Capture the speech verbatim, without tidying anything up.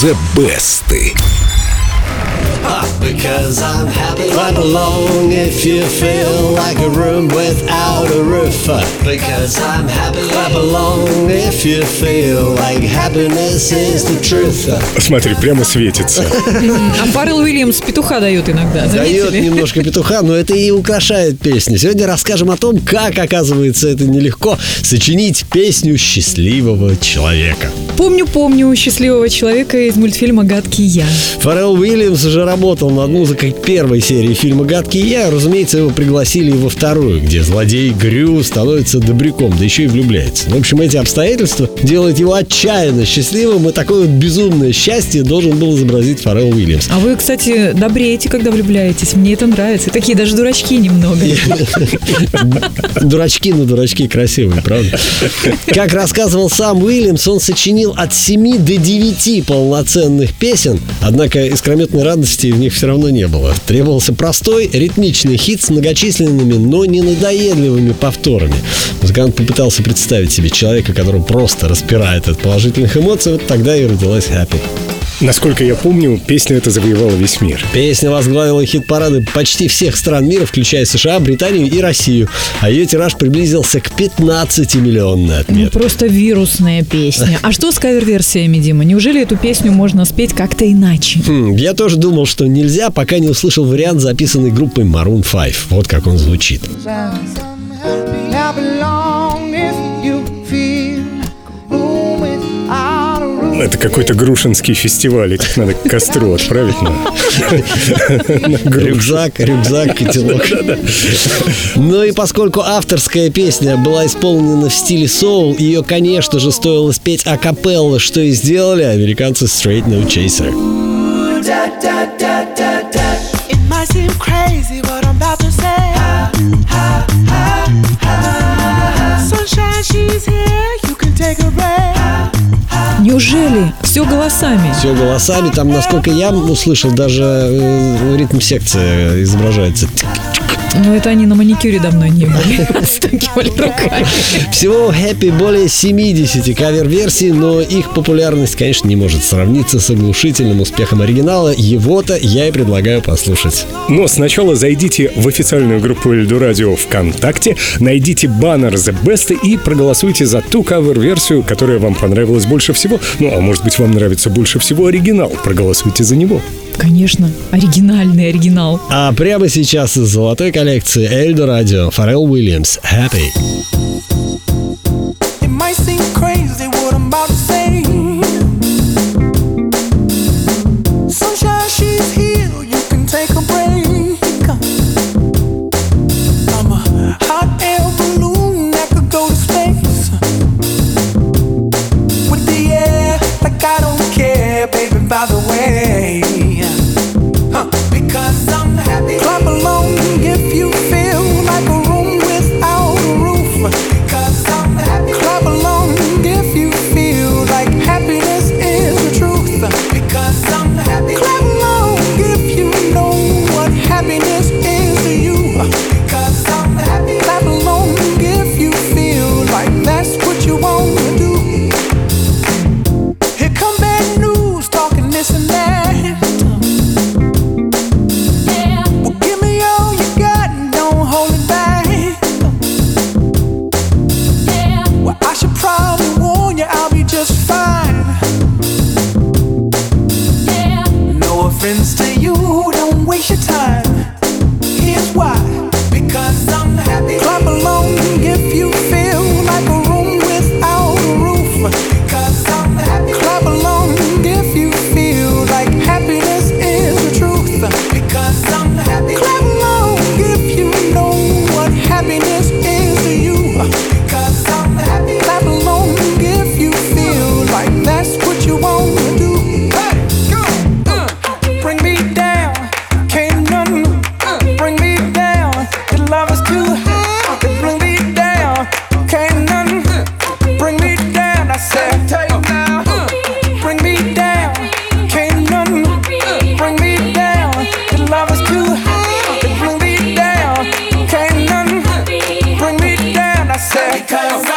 The Best. Because I'm happy, clap along if you feel like a room without a roof. Because I'm happy, clap along if you feel like happiness is the truth. Смотри, прямо светится. А Фаррелл Уильямс петуха дает иногда, Дает заметили? немножко петуха, но это и украшает песню. Сегодня расскажем о том, как, оказывается, это нелегко сочинить песню счастливого человека. Помню-помню счастливого человека из мультфильма «Гадкий я». Фаррелл Уильямс уже работал над музыкой первой серии фильма «Гадкий я». Разумеется, его пригласили и во вторую, где злодей Грю становится добряком, да еще и влюбляется. В общем, эти обстоятельства делают его отчаянно счастливым, и такое вот безумное счастье должен был изобразить Фаррелл Уильямс. А вы, кстати, добреете, когда влюбляетесь. Мне это нравится. Такие даже дурачки немного. Дурачки, но дурачки красивые, правда? Как рассказывал сам Уильямс, он сочинил от семи до девяти полноценных песен, однако искрометной радости в них все равно не было. Требовался простой, ритмичный хит с многочисленными, но не надоедливыми повторами. Музыкант попытался представить себе человека, который просто распирает от положительных эмоций, вот тогда и родилась «Happy». Насколько я помню, песня эта завоевала весь мир. Песня возглавила хит-парады почти всех стран мира, включая США, Британию и Россию. А ее тираж приблизился к пятнадцатимиллионной Ну, отметке. просто вирусная песня. А что с кавер-версиями, Дима? Неужели эту песню можно спеть как-то иначе? Хм, я тоже думал, что нельзя, пока не услышал вариант, записанный группой Maroon пять. Вот как он звучит. Это какой-то грушинский фестиваль, их надо к костру отправить. Рюкзак, рюкзак, котелок. Ну и поскольку авторская песня была исполнена в стиле соул, ее, конечно же, стоило спеть акапелла, что и сделали американцы Straight No Chaser. Неужели? Все голосами? Все голосами, там, насколько я услышал, даже э, ритм-секция изображается. Ну, это они на маникюре давно не были. Стукивали руками. Всего у Happy более семидесяти кавер-версий, но их популярность, конечно, не может сравниться с оглушительным успехом оригинала. Его-то я и предлагаю послушать. Но сначала зайдите в официальную группу Эльдо Радио ВКонтакте, найдите баннер The Best и проголосуйте за ту кавер-версию, которая вам понравилась больше всего. Ну, а может быть, вам нравится больше всего оригинал. Проголосуйте за него. Конечно, оригинальный оригинал. А прямо сейчас из золотой коллекции Эльдо Радио Фаррелл Уильямс «Happy». Friends to you, don't waste your time. Here's why. Because I'm happy. Clap along if you feel like a room without a roof. Because I'm happy. Clap along if you feel like happiness is the truth. Because I'm happy. Clap along if you know what happiness is to you. Because I'm happy. Clap along if you feel like that's what you want to do. Because